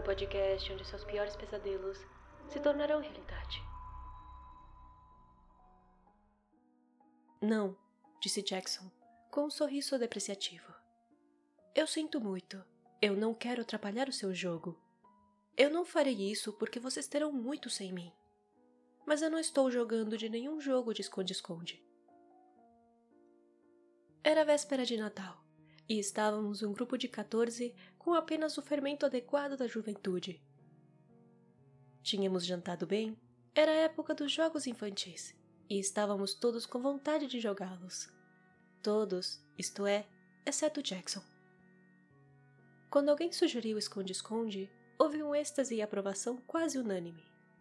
podcast onde seus piores pesadelos se tornarão realidade. Não, disse Jackson, com um sorriso depreciativo. Eu sinto muito. Eu não quero atrapalhar o seu jogo. Eu não farei isso porque vocês terão muito sem mim. Mas eu não estou jogando de nenhum jogo de esconde-esconde. Era véspera de Natal, e estávamos um grupo de 14 com apenas o fermento adequado da juventude. Tínhamos jantado bem, era a época dos jogos infantis, e estávamos todos com vontade de jogá-los. Todos, isto é, exceto Jackson. Quando alguém sugeriu esconde-esconde, houve um êxtase e aprovação quase unânime.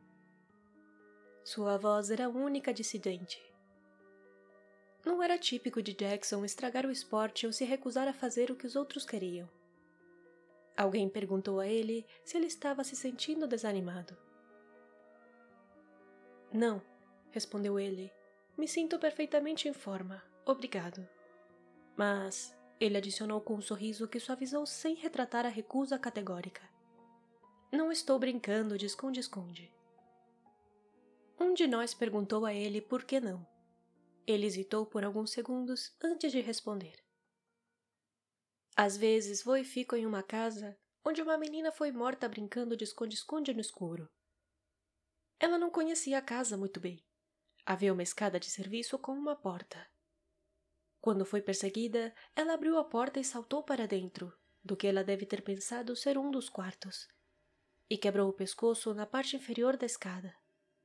Sua voz era a única dissidente. Não era típico de Jackson estragar o esporte ou se recusar a fazer o que os outros queriam. Alguém perguntou a ele se ele estava se sentindo desanimado. Não, respondeu ele. Me sinto perfeitamente em forma, obrigado. Mas, ele adicionou com um sorriso que suavizou sem retratar a recusa categórica. Não estou brincando de esconde-esconde. Um de nós perguntou a ele por que não. Ele hesitou por alguns segundos antes de responder. Às vezes vou e fico em uma casa onde uma menina foi morta brincando de esconde-esconde no escuro. Ela não conhecia a casa muito bem. Havia uma escada de serviço com uma porta. Quando foi perseguida, ela abriu a porta e saltou para dentro, do que ela deve ter pensado ser um dos quartos, e quebrou o pescoço na parte inferior da escada.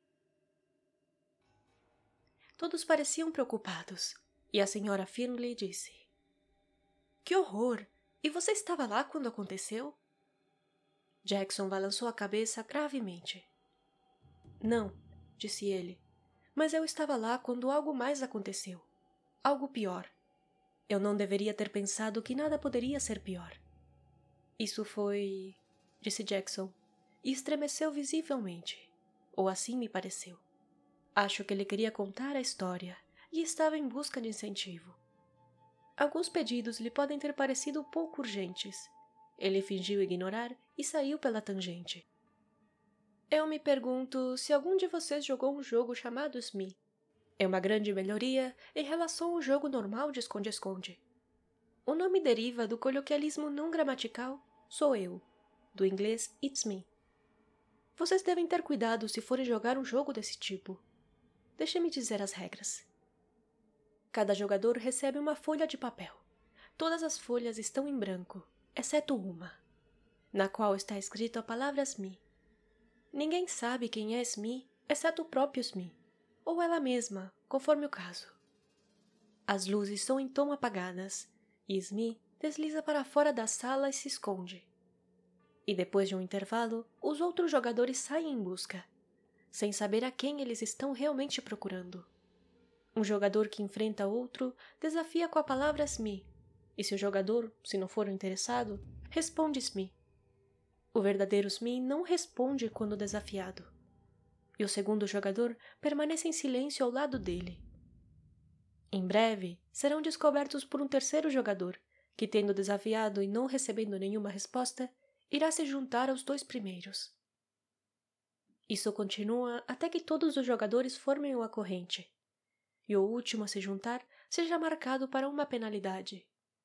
Todos pareciam preocupados, e a senhora Finley disse: Que horror! E você estava lá quando aconteceu? Jackson balançou a cabeça gravemente. Não, disse ele, mas eu estava lá quando algo mais aconteceu. Algo pior. Eu não deveria ter pensado que nada poderia ser pior. Isso foi... disse Jackson, e estremeceu visivelmente. Ou assim me pareceu. Acho que ele queria contar a história e estava em busca de incentivo. Alguns pedidos lhe podem ter parecido pouco urgentes. Ele fingiu ignorar e saiu pela tangente. Eu me pergunto se algum de vocês jogou um jogo chamado Smee. É uma grande melhoria em relação ao jogo normal de esconde-esconde. O nome deriva do coloquialismo não gramatical sou eu, do inglês it's me. Vocês devem ter cuidado se forem jogar um jogo desse tipo. Deixe-me dizer as regras. Cada jogador recebe uma folha de papel. Todas as folhas estão em branco, exceto uma, na qual está escrito a palavra Smee. Ninguém sabe quem é Smee, exceto o próprio Smee, ou ela mesma, conforme o caso. As luzes são em tom apagadas, e Smee desliza para fora da sala e se esconde. E depois de um intervalo, os outros jogadores saem em busca, sem saber a quem eles estão realmente procurando. Um jogador que enfrenta outro desafia com a palavra Smee, e se o jogador, se não for interessado, responde Smee. O verdadeiro Smee não responde quando desafiado, e o segundo jogador permanece em silêncio ao lado dele. Em breve, serão descobertos por um terceiro jogador, que tendo desafiado e não recebendo nenhuma resposta, irá se juntar aos dois primeiros. Isso continua até que todos os jogadores formem uma corrente, e o último a se juntar seja marcado para uma penalidade.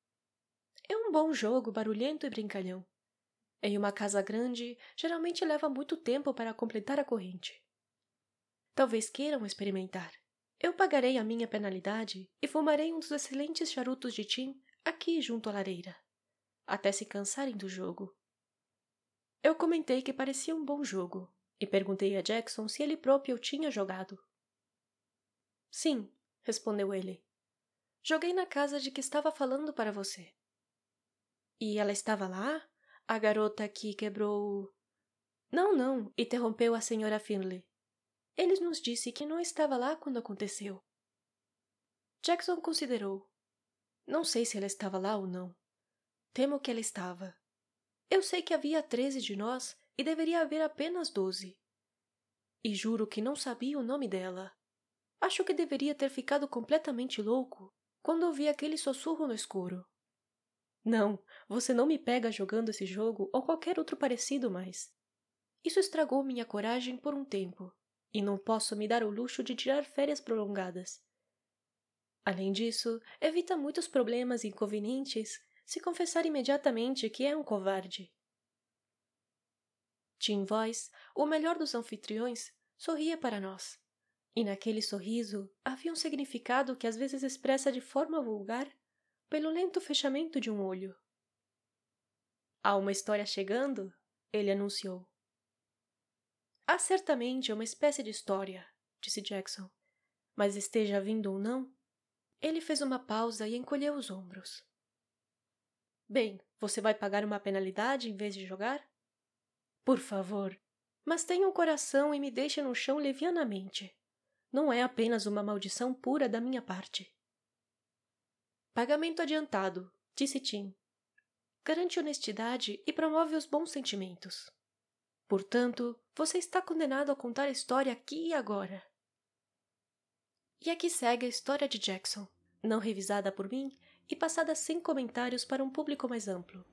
É um bom jogo barulhento e brincalhão. Em uma casa grande, geralmente leva muito tempo para completar a corrente. Talvez queiram experimentar. Eu pagarei a minha penalidade e fumarei um dos excelentes charutos de Tim aqui junto à lareira, até se cansarem do jogo. Eu comentei que parecia um bom jogo e perguntei a Jackson se ele próprio tinha jogado. Sim, respondeu ele. Joguei na casa de que estava falando para você. E ela estava lá? A garota que quebrou... Não, interrompeu a senhora Finley. Ele nos disse que não estava lá quando aconteceu. Jackson considerou. Não sei se ela estava lá ou não. Temo que ela estava. Eu sei que havia 13 de nós e deveria haver apenas 12. E juro que não sabia o nome dela. Acho que deveria ter ficado completamente louco quando ouvi aquele sussurro no escuro. Não, você não me pega jogando esse jogo ou qualquer outro parecido mais. Isso estragou minha coragem por um tempo, e não posso me dar o luxo de tirar férias prolongadas. Além disso, evita muitos problemas inconvenientes se confessar imediatamente que é um covarde. Tim Voice, o melhor dos anfitriões, sorria para nós. E naquele sorriso havia um significado que às vezes expressa de forma vulgar pelo lento fechamento de um olho. Há uma história chegando, ele anunciou. Há certamente uma espécie de história, disse Jackson. Mas esteja vindo ou não, ele fez uma pausa e encolheu os ombros. Bem, você vai pagar uma penalidade em vez de jogar? Por favor, mas tenha um coração e me deixe no chão levianamente. Não é apenas uma maldição pura da minha parte. Pagamento adiantado, disse Tim. Garante honestidade e promove os bons sentimentos. Portanto, você está condenado a contar a história aqui e agora. E aqui segue a história de Jackson, não revisada por mim e passada sem comentários para um público mais amplo.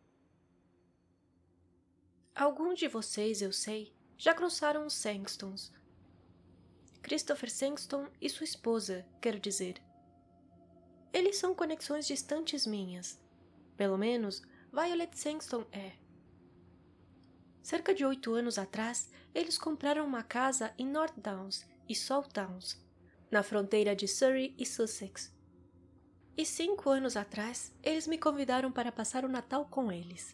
Alguns de vocês, eu sei, já cruzaram os Sangstons. Christopher Sangston e sua esposa, quero dizer. Eles são conexões distantes minhas. Pelo menos, Violet Sangston é. Cerca de 8 anos atrás, eles compraram uma casa em North Downs e South Downs, na fronteira de Surrey e Sussex. E 5 anos atrás, eles me convidaram para passar o Natal com eles.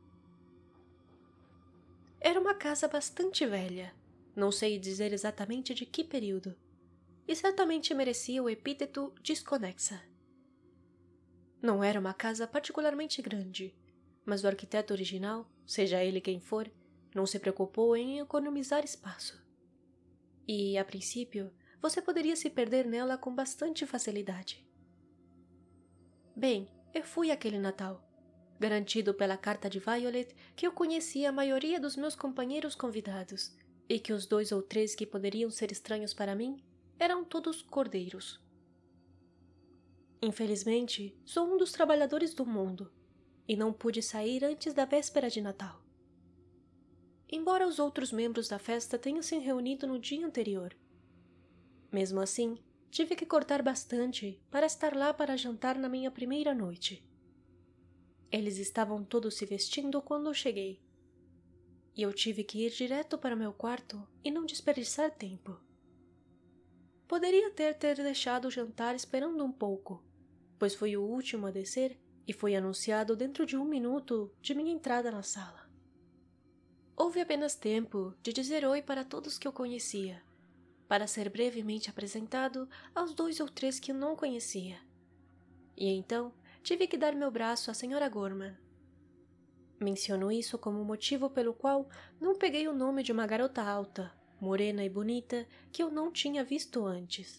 Era uma casa bastante velha, não sei dizer exatamente de que período, e certamente merecia o epíteto desconexa. Não era uma casa particularmente grande, mas o arquiteto original, seja ele quem for, não se preocupou em economizar espaço. E, a princípio, você poderia se perder nela com bastante facilidade. Bem, eu fui aquele Natal, garantido pela carta de Violet que eu conhecia a maioria dos meus companheiros convidados, e que os 2 ou 3 que poderiam ser estranhos para mim eram todos cordeiros. Infelizmente, sou um dos trabalhadores do mundo, e não pude sair antes da véspera de Natal. Embora os outros membros da festa tenham se reunido no dia anterior. Mesmo assim, tive que cortar bastante para estar lá para jantar na minha primeira noite. Eles estavam todos se vestindo quando eu cheguei, e eu tive que ir direto para meu quarto e não desperdiçar tempo. Poderia ter deixado o jantar esperando um pouco, pois fui o último a descer e foi anunciado dentro de 1 minuto de minha entrada na sala. Houve apenas tempo de dizer oi para todos que eu conhecia, para ser brevemente apresentado aos 2 ou 3 que eu não conhecia. E então tive que dar meu braço à Sra. Gorman. Menciono isso como motivo pelo qual não peguei o nome de uma garota alta, morena e bonita que eu não tinha visto antes.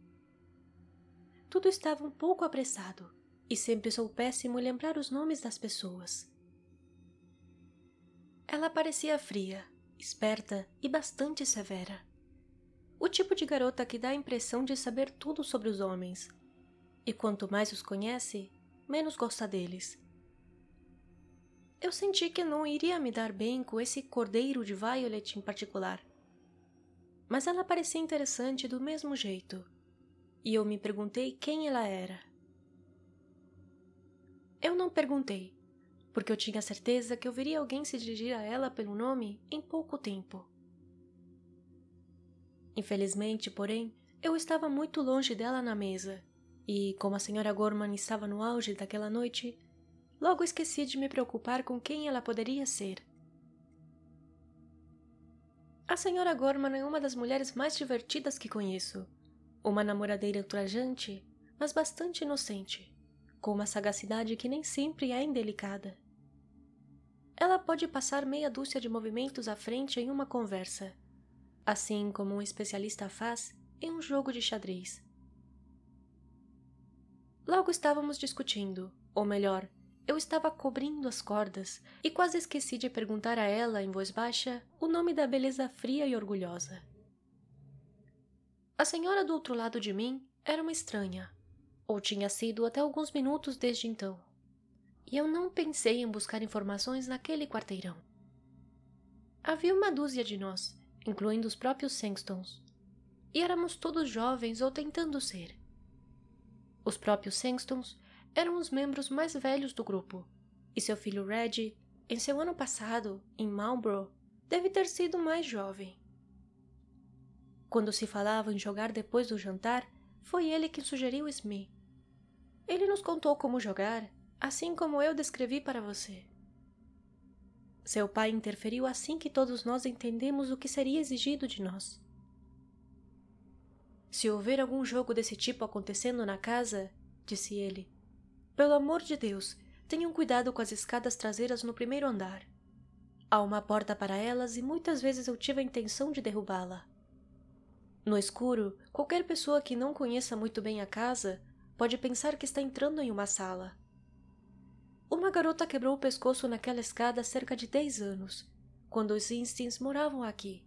Tudo estava um pouco apressado, e sempre sou péssimo em lembrar os nomes das pessoas. Ela parecia fria, esperta e bastante severa. O tipo de garota que dá a impressão de saber tudo sobre os homens, e quanto mais os conhece, menos gosta deles. Eu senti que não iria me dar bem com esse cordeiro de Violet em particular. Mas ela parecia interessante do mesmo jeito, e eu me perguntei quem ela era. Eu não perguntei, porque eu tinha certeza que eu veria alguém se dirigir a ela pelo nome em pouco tempo. Infelizmente, porém, eu estava muito longe dela na mesa, e, como a Sra. Gorman estava no auge daquela noite, logo esqueci de me preocupar com quem ela poderia ser. A Sra. Gorman é uma das mulheres mais divertidas que conheço, uma namoradeira ultrajante, mas bastante inocente, com uma sagacidade que nem sempre é indelicada. Ela pode passar meia dúzia de movimentos à frente em uma conversa, assim como um especialista faz em um jogo de xadrez. Logo estávamos discutindo, ou melhor, eu estava cobrindo as cordas e quase esqueci de perguntar a ela, em voz baixa, o nome da beleza fria e orgulhosa. A senhora do outro lado de mim era uma estranha, ou tinha sido até alguns minutos desde então. e eu não pensei em buscar informações naquele quarteirão. Havia uma dúzia de nós, incluindo os próprios Sangstons, e éramos todos jovens ou tentando ser. Os próprios Sangstons eram os membros mais velhos do grupo, e seu filho Reggie, em seu ano passado, em Marlborough, deve ter sido mais jovem. Quando se falava em jogar depois do jantar, foi ele quem sugeriu Smee. Ele nos contou como jogar, assim como eu descrevi para você. Seu pai interferiu assim que todos nós entendemos o que seria exigido de nós. Se houver algum jogo desse tipo acontecendo na casa, disse ele, pelo amor de Deus, tenham cuidado com as escadas traseiras no primeiro andar. Há uma porta para elas e muitas vezes eu tive a intenção de derrubá-la. No escuro, qualquer pessoa que não conheça muito bem a casa pode pensar que está entrando em uma sala. Uma garota quebrou o pescoço naquela escada há cerca de 10 anos, quando os Instins moravam aqui.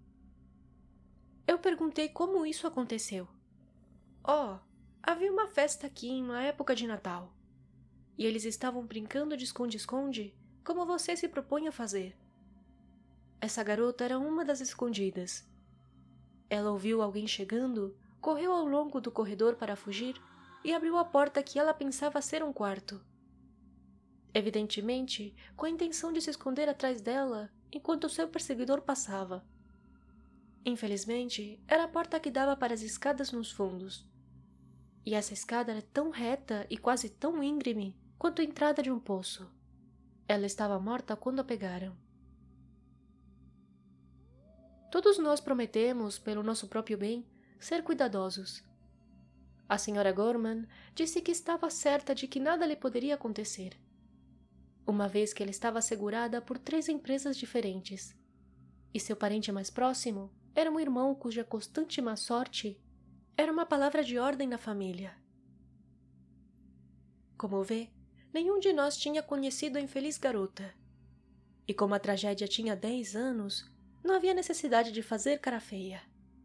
Eu perguntei como isso aconteceu. Oh, havia uma festa aqui na época de Natal. E eles estavam brincando de esconde-esconde, como você se propõe a fazer. Essa garota era uma das escondidas. Ela ouviu alguém chegando, correu ao longo do corredor para fugir e abriu a porta que ela pensava ser um quarto. Evidentemente, com a intenção de se esconder atrás dela enquanto seu perseguidor passava. Infelizmente, era a porta que dava para as escadas nos fundos. E essa escada era tão reta e quase tão íngreme quanto a entrada de um poço. Ela estava morta quando a pegaram. Todos nós prometemos, pelo nosso próprio bem, ser cuidadosos. A Sra. Gorman disse que estava certa de que nada lhe poderia acontecer, uma vez que ela estava assegurada por 3 empresas diferentes, e seu parente mais próximo era um irmão cuja constante má sorte era uma palavra de ordem na família. Como vê, nenhum de nós tinha conhecido a infeliz garota, e como a tragédia tinha 10 anos, não havia necessidade de fazer cara feia.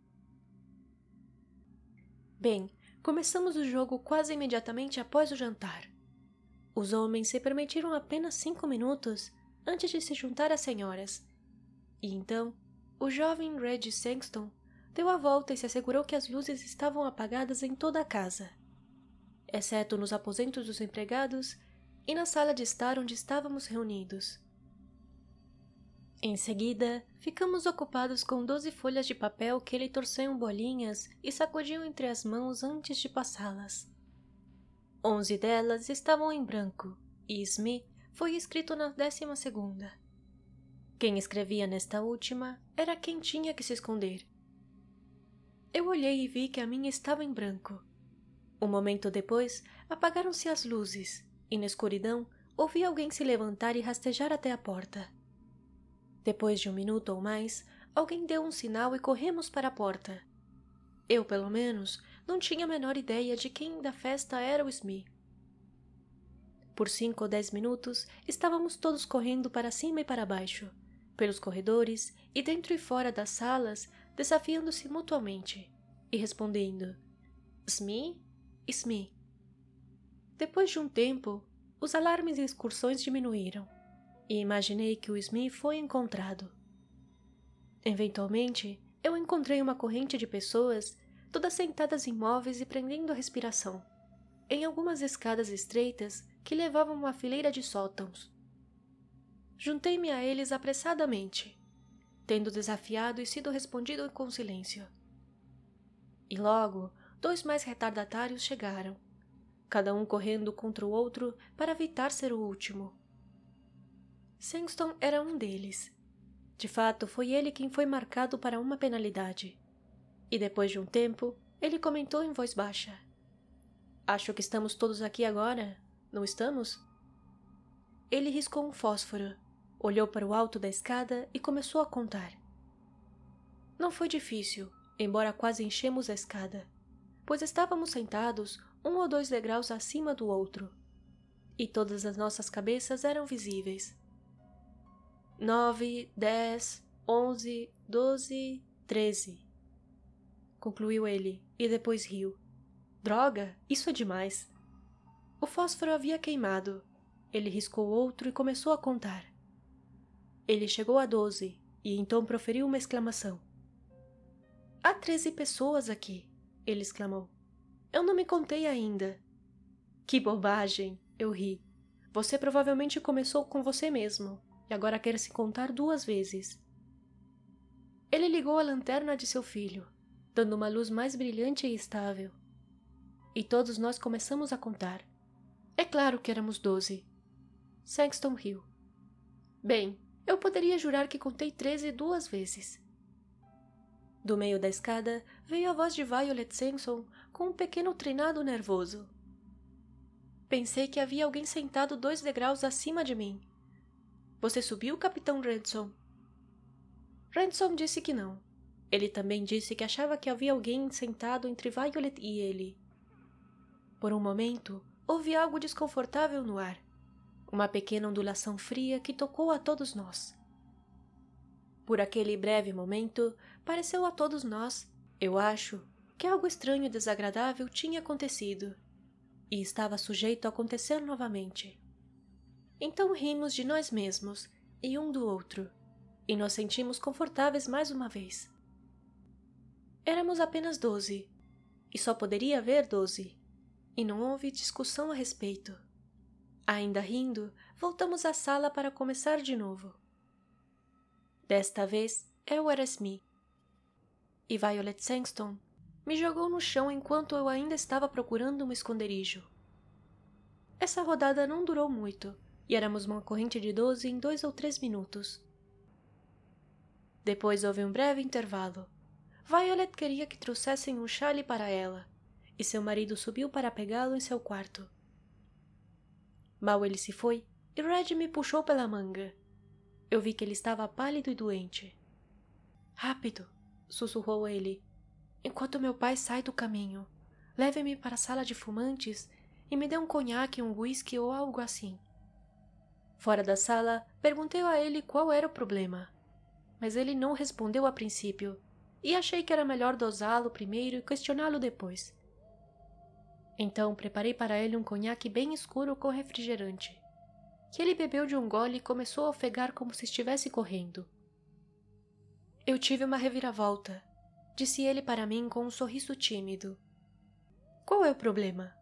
Bem, começamos o jogo quase imediatamente após o jantar. Os homens se permitiram apenas 5 minutos antes de se juntar às senhoras. E então, o jovem Reggie Sangston deu a volta e se assegurou que as luzes estavam apagadas em toda a casa, exceto nos aposentos dos empregados e na sala de estar onde estávamos reunidos. Em seguida, ficamos ocupados com 12 folhas de papel que ele torceu em bolinhas e sacudiu entre as mãos antes de passá-las. 11 delas estavam em branco, e Smee foi escrito na 12ª. Quem escrevia nesta última era quem tinha que se esconder. Eu olhei e vi que a minha estava em branco. Um momento depois, apagaram-se as luzes, e na escuridão ouvi alguém se levantar e rastejar até a porta. Depois de 1 minuto ou mais, alguém deu um sinal e corremos para a porta. Eu, pelo menos, não tinha a menor ideia de quem da festa era o Smee. Por 5 ou 10 minutos, estávamos todos correndo para cima e para baixo, pelos corredores e dentro e fora das salas, desafiando-se mutuamente e respondendo: Smee? Smee. Depois de um tempo, os alarmes e excursões diminuíram, e imaginei que o Smee foi encontrado. Eventualmente, eu encontrei uma corrente de pessoas, todas sentadas imóveis e prendendo a respiração, em algumas escadas estreitas que levavam a uma fileira de sótãos. Juntei-me a eles apressadamente, tendo desafiado e sido respondido com silêncio. E logo, 2 mais retardatários chegaram, cada um correndo contra o outro para evitar ser o último. Sangston era um deles. De fato, foi ele quem foi marcado para uma penalidade. E depois de um tempo, ele comentou em voz baixa: Acho que estamos todos aqui agora, não estamos? Ele riscou um fósforo, olhou para o alto da escada e começou a contar. Não foi difícil, embora quase enchemos a escada, pois estávamos sentados 1 ou 2 degraus acima do outro, e todas as nossas cabeças eram visíveis. 9, 10, 11, 12, 13. Concluiu ele, e depois riu. Droga, isso é demais. O fósforo havia queimado, Ele riscou outro e começou a contar. Ele chegou a 12 e então proferiu uma exclamação. Há 13 pessoas aqui, ele exclamou. Eu não me contei ainda. Que bobagem, eu ri. Você provavelmente começou com você mesmo e agora quer se contar 2 vezes. Ele ligou a lanterna de seu filho, dando uma luz mais brilhante e estável. E todos nós começamos a contar. É claro que éramos 12. Sexton riu. Bem, eu poderia jurar que contei 13 2 vezes. Do meio da escada veio a voz de Violet Sampson com um pequeno trinado nervoso. Pensei que havia alguém sentado 2 degraus acima de mim. Você subiu, Capitão Ransom? Ransom disse que não. Ele também disse que achava que havia alguém sentado entre Violet e ele. Por um momento, houve algo desconfortável no ar. Uma pequena ondulação fria que tocou a todos nós. Por aquele breve momento, pareceu a todos nós, eu acho, que algo estranho e desagradável tinha acontecido. E estava sujeito a acontecer novamente. Então rimos de nós mesmos e um do outro, e nos sentimos confortáveis mais uma vez. Éramos apenas 12, e só poderia haver 12, e não houve discussão a respeito. Ainda rindo, voltamos à sala para começar de novo. Desta vez, eu era Smee. E Violet Sampson me jogou no chão enquanto eu ainda estava procurando um esconderijo. Essa rodada não durou muito, e éramos uma corrente de 12 em 2 ou 3 minutos. Depois houve um breve intervalo. Violet queria que trouxessem um chale para ela, e seu marido subiu para pegá-lo em seu quarto. Mal ele se foi, e Red me puxou pela manga. Eu vi que ele estava pálido e doente. Rápido, sussurrou ele. Enquanto meu pai sai do caminho, leve-me para a sala de fumantes e me dê um conhaque, um whisky ou algo assim. Fora da sala, perguntei a ele qual era o problema, mas ele não respondeu a princípio, e achei que era melhor dosá-lo primeiro e questioná-lo depois. Então preparei para ele um conhaque bem escuro com refrigerante, que ele bebeu de um gole e começou a ofegar como se estivesse correndo. Eu tive uma reviravolta, disse ele para mim com um sorriso tímido. Qual é o problema?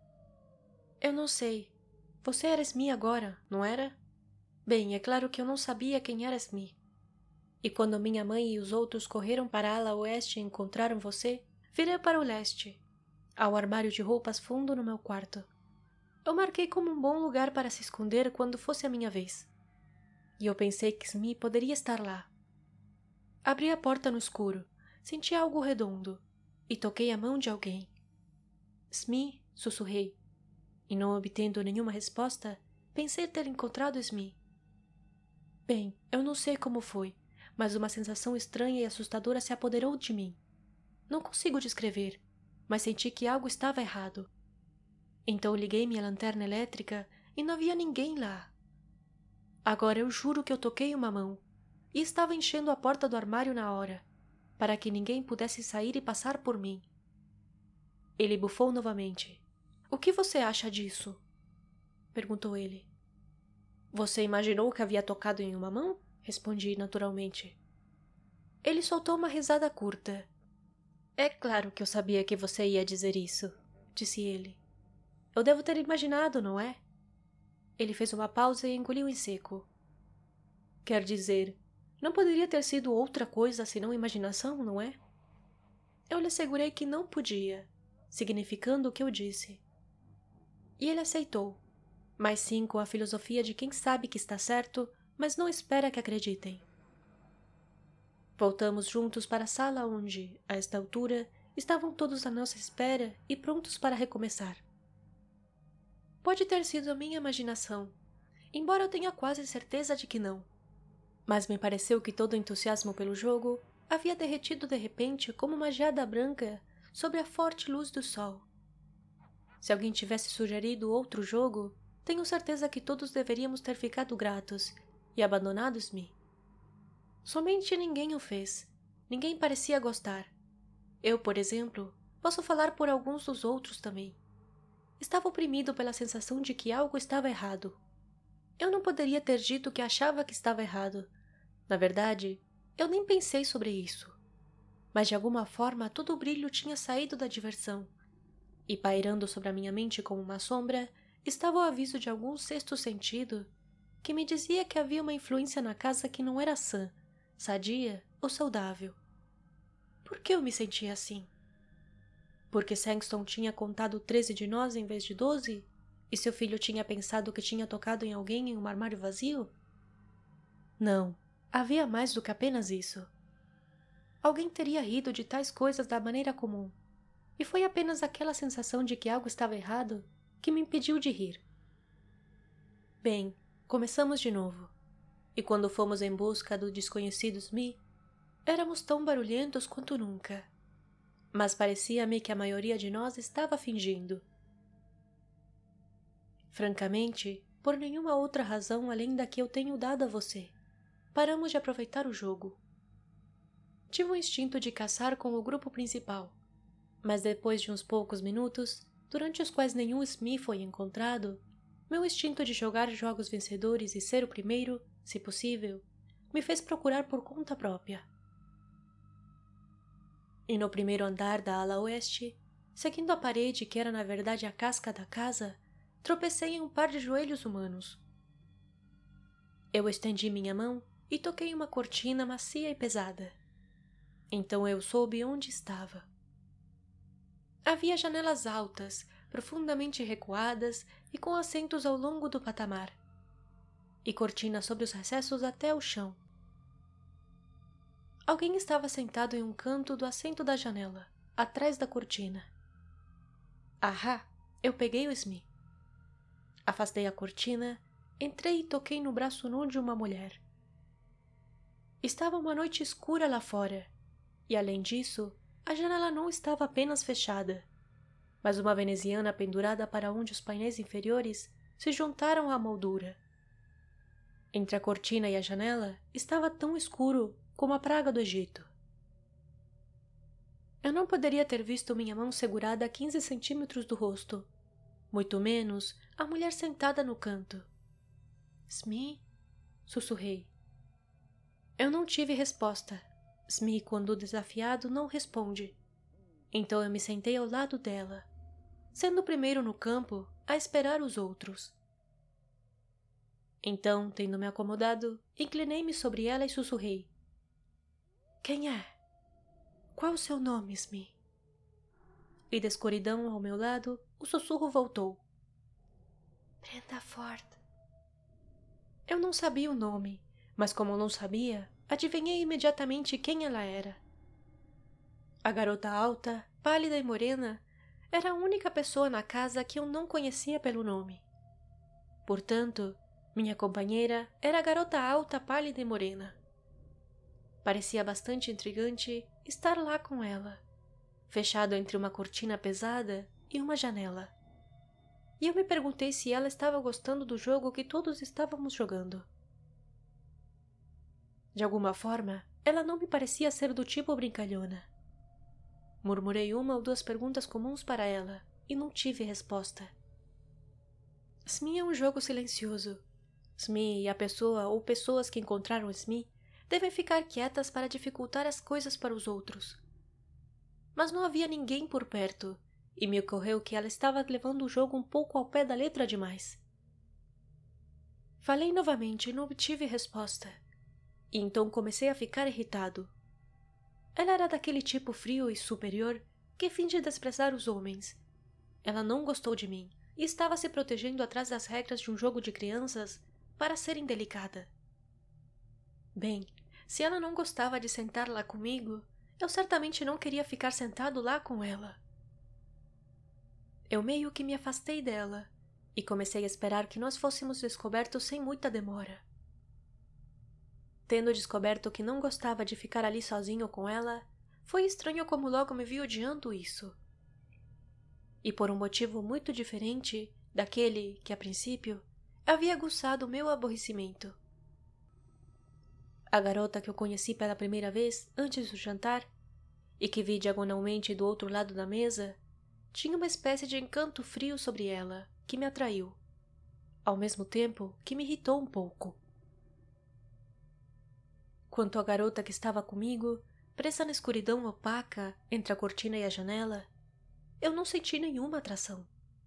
Eu não sei. Você era Smee agora, não era? Bem, é claro que eu não sabia quem era Smee. E quando minha mãe e os outros correram para a ala oeste e encontraram você, virei para o leste, ao armário de roupas fundo no meu quarto. Eu marquei como um bom lugar para se esconder quando fosse a minha vez. E eu pensei que Smee poderia estar lá. Abri a porta no escuro, senti algo redondo, e toquei a mão de alguém. Smee, sussurrei. E não obtendo nenhuma resposta, pensei ter encontrado Smee. Bem, eu não sei como foi, mas uma sensação estranha e assustadora se apoderou de mim. Não consigo descrever, mas senti que algo estava errado. Então liguei minha lanterna elétrica e não havia ninguém lá. Agora eu juro que eu toquei uma mão e estava enchendo a porta do armário na hora, para que ninguém pudesse sair e passar por mim. Ele bufou novamente. O que você acha disso? Perguntou ele. Você imaginou que havia tocado em uma mão? Respondi naturalmente. Ele soltou uma risada curta. É claro que eu sabia que você ia dizer isso, disse ele. Eu devo ter imaginado, não é? Ele fez uma pausa e engoliu em seco. Quer dizer, não poderia ter sido outra coisa senão imaginação, não é? Eu lhe assegurei que não podia, significando o que eu disse. E ele aceitou, mas sim com a filosofia de quem sabe que está certo, mas não espera que acreditem. Voltamos juntos para a sala onde, a esta altura, estavam todos à nossa espera e prontos para recomeçar. Pode ter sido a minha imaginação, embora eu tenha quase certeza de que não. Mas me pareceu que todo o entusiasmo pelo jogo havia derretido de repente como uma geada branca sob a forte luz do sol. Se alguém tivesse sugerido outro jogo, tenho certeza que todos deveríamos ter ficado gratos e abandonado Smee. Somente ninguém o fez. Ninguém parecia gostar. Eu, por exemplo, posso falar por alguns dos outros também. Estava oprimido pela sensação de que algo estava errado. Eu não poderia ter dito que achava que estava errado. Na verdade, eu nem pensei sobre isso. Mas de alguma forma todo o brilho tinha saído da diversão. E pairando sobre a minha mente como uma sombra, estava o aviso de algum sexto sentido que me dizia que havia uma influência na casa que não era sã, sadia ou saudável. Por que eu me sentia assim? Porque Sangston tinha contado 13 de nós em vez de 12? E seu filho tinha pensado que tinha tocado em alguém em um armário vazio? Não, havia mais do que apenas isso. Alguém teria rido de tais coisas da maneira comum, e foi apenas aquela sensação de que algo estava errado que me impediu de rir. Bem, começamos de novo, e quando fomos em busca do desconhecido Smee, éramos tão barulhentos quanto nunca. Mas parecia-me que a maioria de nós estava fingindo. Francamente, por nenhuma outra razão além da que eu tenho dado a você, paramos de aproveitar o jogo. Tive o instinto de caçar com o grupo principal, mas depois de uns poucos minutos, durante os quais nenhum Smee foi encontrado, meu instinto de jogar jogos vencedores e ser o primeiro, se possível, me fez procurar por conta própria. E no primeiro andar da ala oeste, seguindo a parede que era na verdade a casca da casa, tropecei em um par de joelhos humanos. Eu estendi minha mão e toquei uma cortina macia e pesada. Então eu soube onde estava. Havia janelas altas, profundamente recuadas e com assentos ao longo do patamar, e cortinas sobre os recessos até o chão. Alguém estava sentado em um canto do assento da janela, atrás da cortina. Ahá! Eu peguei o Smee. Afastei a cortina, entrei e toquei no braço nu de uma mulher. Estava uma noite escura lá fora, e além disso, a janela não estava apenas fechada, mas uma veneziana pendurada para um dos painéis inferiores se juntaram à moldura. Entre a cortina e a janela estava tão escuro como a praga do Egito. Eu não poderia ter visto minha mão segurada a 15 centímetros do rosto, muito menos a mulher sentada no canto. Smee? Sussurrei. Eu não tive resposta. Smee, quando desafiado, não responde. Então eu me sentei ao lado dela, sendo o primeiro no campo a esperar os outros. Então, tendo me acomodado, inclinei-me sobre ela e sussurrei. Quem é? Qual o seu nome, Smee? E da escuridão ao meu lado, o sussurro voltou. Brenda Ford. Eu não sabia o nome, mas como não sabia, adivinhei imediatamente quem ela era. A garota alta, pálida e morena, era a única pessoa na casa que eu não conhecia pelo nome. Portanto, minha companheira era a garota alta, pálida e morena. Parecia bastante intrigante estar lá com ela, fechado entre uma cortina pesada e uma janela. E eu me perguntei se ela estava gostando do jogo que todos estávamos jogando. De alguma forma, ela não me parecia ser do tipo brincalhona. Murmurei uma ou duas perguntas comuns para ela e não tive resposta. Smee é um jogo silencioso. Smee e a pessoa ou pessoas que encontraram Smee devem ficar quietas para dificultar as coisas para os outros. Mas não havia ninguém por perto, e me ocorreu que ela estava levando o jogo um pouco ao pé da letra demais. Falei novamente e não obtive resposta, e então comecei a ficar irritado. Ela era daquele tipo frio e superior que finge desprezar os homens. Ela não gostou de mim e estava se protegendo atrás das regras de um jogo de crianças para ser indelicada. Bem, se ela não gostava de sentar lá comigo, eu certamente não queria ficar sentado lá com ela. Eu meio que me afastei dela e comecei a esperar que nós fôssemos descobertos sem muita demora. Tendo descoberto que não gostava de ficar ali sozinho com ela, foi estranho como logo me vi odiando isso. E por um motivo muito diferente daquele que, a princípio, havia aguçado o meu aborrecimento. A garota que eu conheci pela primeira vez antes do jantar, e que vi diagonalmente do outro lado da mesa, tinha uma espécie de encanto frio sobre ela, que me atraiu. ao mesmo tempo que me irritou um pouco. Quanto à garota que estava comigo, presa na escuridão opaca entre a cortina e a janela, eu não senti nenhuma atração.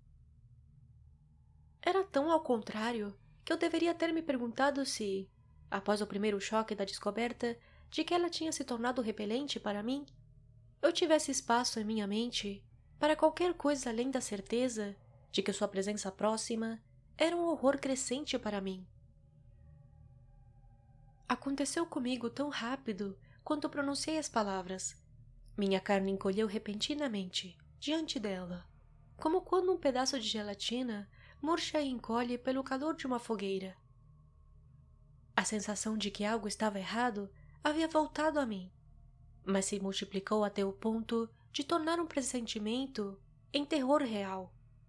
Era tão ao contrário que eu deveria ter me perguntado se, após o primeiro choque da descoberta de que ela tinha se tornado repelente para mim, eu tivesse espaço em minha mente para qualquer coisa além da certeza de que sua presença próxima era um horror crescente para mim. Aconteceu comigo tão rápido quanto pronunciei as palavras. Minha carne encolheu repentinamente diante dela, como quando um pedaço de gelatina murcha e encolhe pelo calor de uma fogueira. A sensação de que algo estava errado havia voltado a mim, mas se multiplicou até o ponto de tornar um pressentimento em terror real.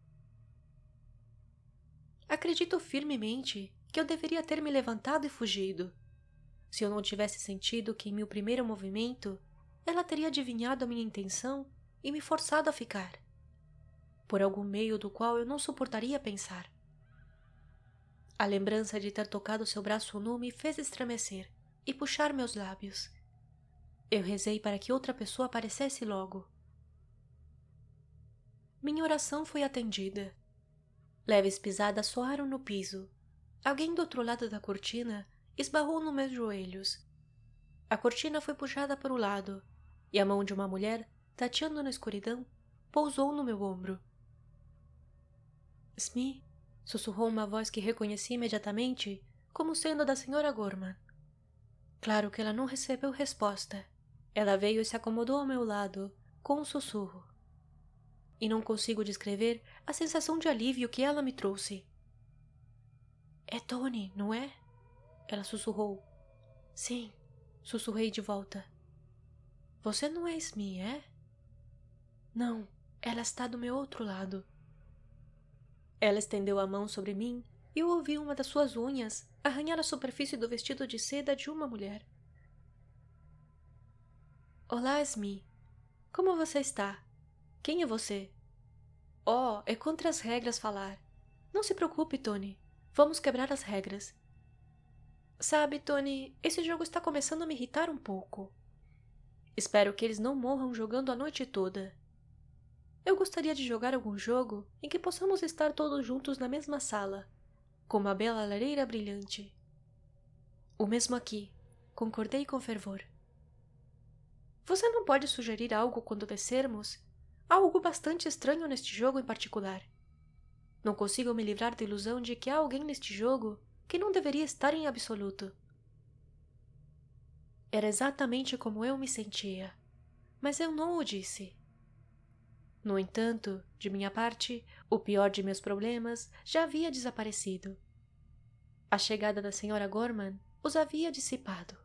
Acredito firmemente que eu deveria ter me levantado e fugido, se eu não tivesse sentido que em meu primeiro movimento ela teria adivinhado a minha intenção e me forçado a ficar, por algum meio do qual eu não suportaria pensar. A lembrança de ter tocado seu braço nu me fez estremecer e puxar meus lábios. Eu rezei para que outra pessoa aparecesse logo. Minha oração foi atendida. Leves pisadas soaram no piso. Alguém do outro lado da cortina esbarrou nos meus joelhos. A cortina foi puxada para o lado, e a mão de uma mulher, tateando na escuridão, pousou no meu ombro. Smee, sussurrou uma voz que reconheci imediatamente como sendo da Sra. Gorman. Claro que ela não recebeu resposta. Ela veio e se acomodou ao meu lado, com um sussurro. E não consigo descrever a sensação de alívio que ela me trouxe. É Tony, não é? Ela sussurrou. Sim, sussurrei de volta. Você não é Smee, é? Não, ela está do meu outro lado. Ela estendeu a mão sobre mim e eu ouvi uma das suas unhas arranhar a superfície do vestido de seda de uma mulher. Olá, Smee. Como você está? Quem é você? Oh, é contra as regras falar. Não se preocupe, Tony. Vamos quebrar as regras. Sabe, Tony, esse jogo está começando a me irritar um pouco. Espero que eles não morram jogando a noite toda. Eu gostaria de jogar algum jogo em que possamos estar todos juntos na mesma sala, com uma bela lareira brilhante. O mesmo aqui, concordei com fervor. Você não pode sugerir algo quando descermos? Há algo bastante estranho neste jogo em particular. Não consigo me livrar da ilusão de que há alguém neste jogo que não deveria estar em absoluto. Era exatamente como eu me sentia, mas eu não o disse. No entanto, de minha parte, o pior de meus problemas já havia desaparecido. A chegada da Sra. Gorman os havia dissipado.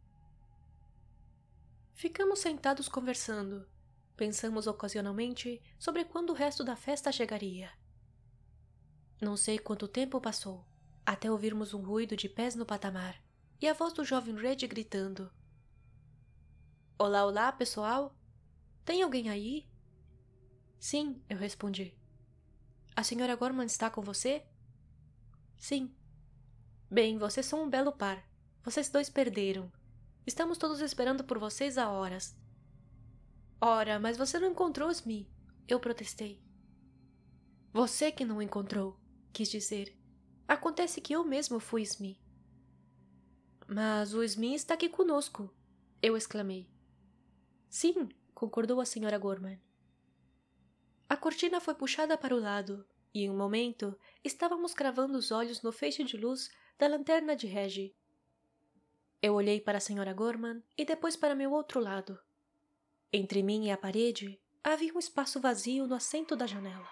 Ficamos sentados conversando. Pensamos ocasionalmente sobre quando o resto da festa chegaria. Não sei quanto tempo passou, até ouvirmos um ruído de pés no patamar e a voz do jovem Red gritando. Olá, olá, pessoal! Tem alguém aí? Sim, eu respondi. A Sra. Gorman está com você? Sim. Bem, vocês são um belo par. Vocês dois perderam. Estamos todos esperando por vocês há horas. Ora, mas você não encontrou Smee, eu protestei. Você que não encontrou, quis dizer. Acontece que eu mesmo fui Smee. Mas o Smee está aqui conosco, eu exclamei. Sim, concordou a Sra. Gorman. A cortina foi puxada para o lado, e em um momento estávamos cravando os olhos no feixe de luz da lanterna de Reggie. Eu olhei para a Sra. Gorman e depois para meu outro lado. Entre mim e a parede havia um espaço vazio no assento da janela.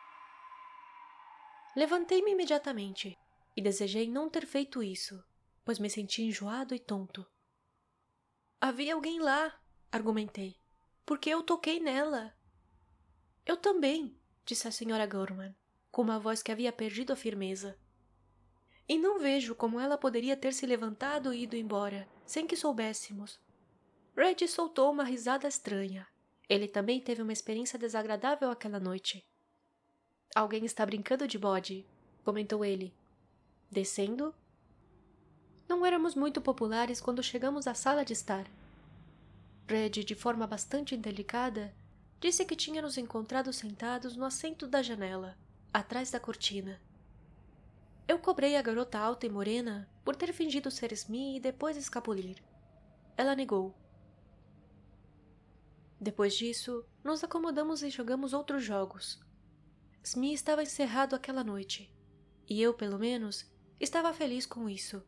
Levantei-me imediatamente e desejei não ter feito isso, pois me senti enjoado e tonto. Havia alguém lá, argumentei, porque eu toquei nela. Eu também, disse a Sra. Gorman, com uma voz que havia perdido a firmeza. E não vejo como ela poderia ter se levantado e ido embora, sem que soubéssemos. Red soltou uma risada estranha. Ele também teve uma experiência desagradável aquela noite. Alguém está brincando de bode, comentou ele, Descendo, não éramos muito populares quando chegamos à sala de estar. Red, de forma bastante indelicada, disse que tinha nos encontrado sentados no assento da janela, atrás da cortina. Eu cobrei a garota alta e morena por ter fingido ser Smee e depois escapulir. Ela negou. Depois disso, nos acomodamos e jogamos outros jogos. Smee estava encerrado aquela noite, e eu, pelo menos, estava feliz com isso.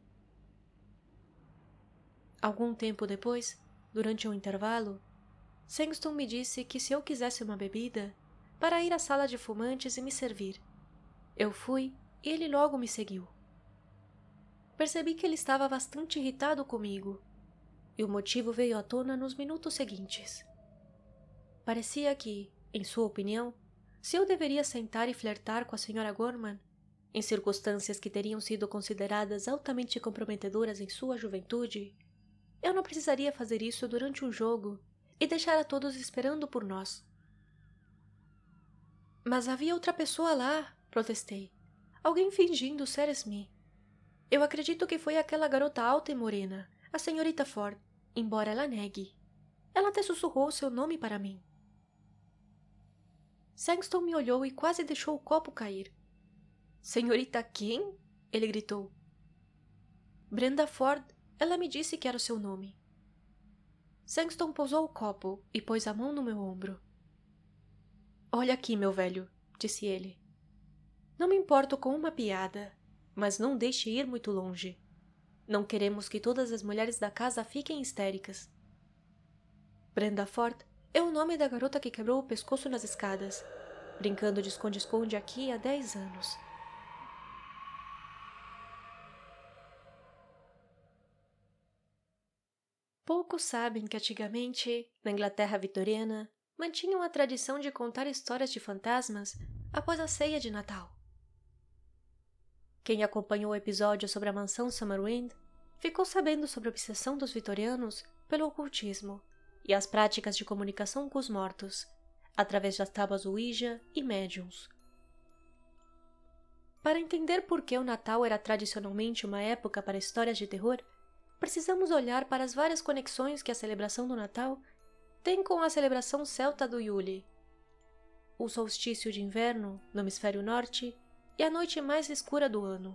Algum tempo depois, durante um intervalo, Sexton me disse que se eu quisesse uma bebida, para ir à sala de fumantes e me servir. Eu fui e ele logo me seguiu. Percebi que ele estava bastante irritado comigo, e o motivo veio à tona nos minutos seguintes. Parecia que, em sua opinião, se eu deveria sentar e flertar com a Sra. Gorman, em circunstâncias que teriam sido consideradas altamente comprometedoras em sua juventude, eu não precisaria fazer isso durante um jogo e deixar a todos esperando por nós. Mas havia outra pessoa lá, protestei. Alguém fingindo ser Smee. Eu acredito que foi aquela garota alta e morena, a senhorita Ford, embora ela negue. Ela até sussurrou seu nome para mim. Sexton me olhou e quase deixou o copo cair. Senhorita quem? Ele gritou. Brenda Ford, ela me disse que era o seu nome. Sexton pousou o copo e pôs a mão no meu ombro. Olha aqui, meu velho, disse ele. Não me importo com uma piada, mas não deixe ir muito longe. Não queremos que todas as mulheres da casa fiquem histéricas. Brenda Ford é o nome da garota que quebrou o pescoço nas escadas, brincando de esconde-esconde aqui há 10 anos. Poucos sabem que antigamente, na Inglaterra vitoriana, mantinham a tradição de contar histórias de fantasmas após a ceia de Natal. Quem acompanhou o episódio sobre a mansão Summerwind ficou sabendo sobre a obsessão dos vitorianos pelo ocultismo e as práticas de comunicação com os mortos, através das tábuas Ouija e médiuns. Para entender por que o Natal era tradicionalmente uma época para histórias de terror, precisamos olhar para as várias conexões que a celebração do Natal tem com a celebração celta do Yule, o solstício de inverno no hemisfério norte e a noite mais escura do ano.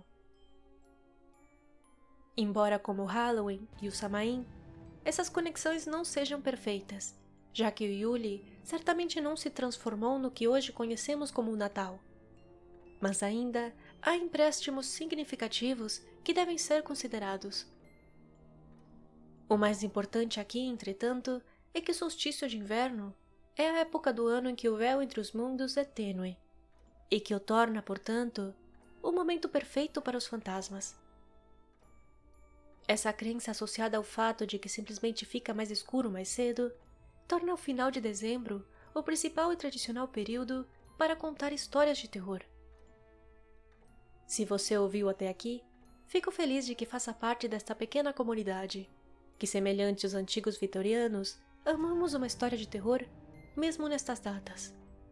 Embora como o Halloween e o Samhain, essas conexões não sejam perfeitas, já que o Yule certamente não se transformou no que hoje conhecemos como o Natal. Mas ainda há empréstimos significativos que devem ser considerados. O mais importante aqui, entretanto, é que o solstício de inverno é a época do ano em que o véu entre os mundos é tênue, e que o torna, portanto, o momento perfeito para os fantasmas. Essa crença associada ao fato de que simplesmente fica mais escuro mais cedo, torna o final de dezembro o principal e tradicional período para contar histórias de terror. Se você ouviu até aqui, fico feliz de que faça parte desta pequena comunidade, que, semelhante aos antigos vitorianos, amamos uma história de terror, mesmo nestas datas.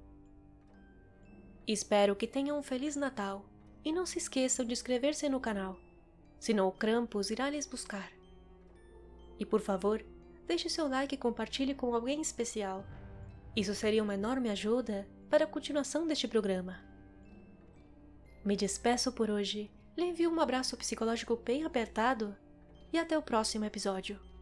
Espero que tenham um Feliz Natal e não se esqueçam de inscrever-se no canal, senão o Krampus irá lhes buscar. E por favor, deixe seu like e compartilhe com alguém especial. Isso seria uma enorme ajuda para a continuação deste programa. Me despeço por hoje, lhe envio um abraço psicológico bem apertado e até o próximo episódio.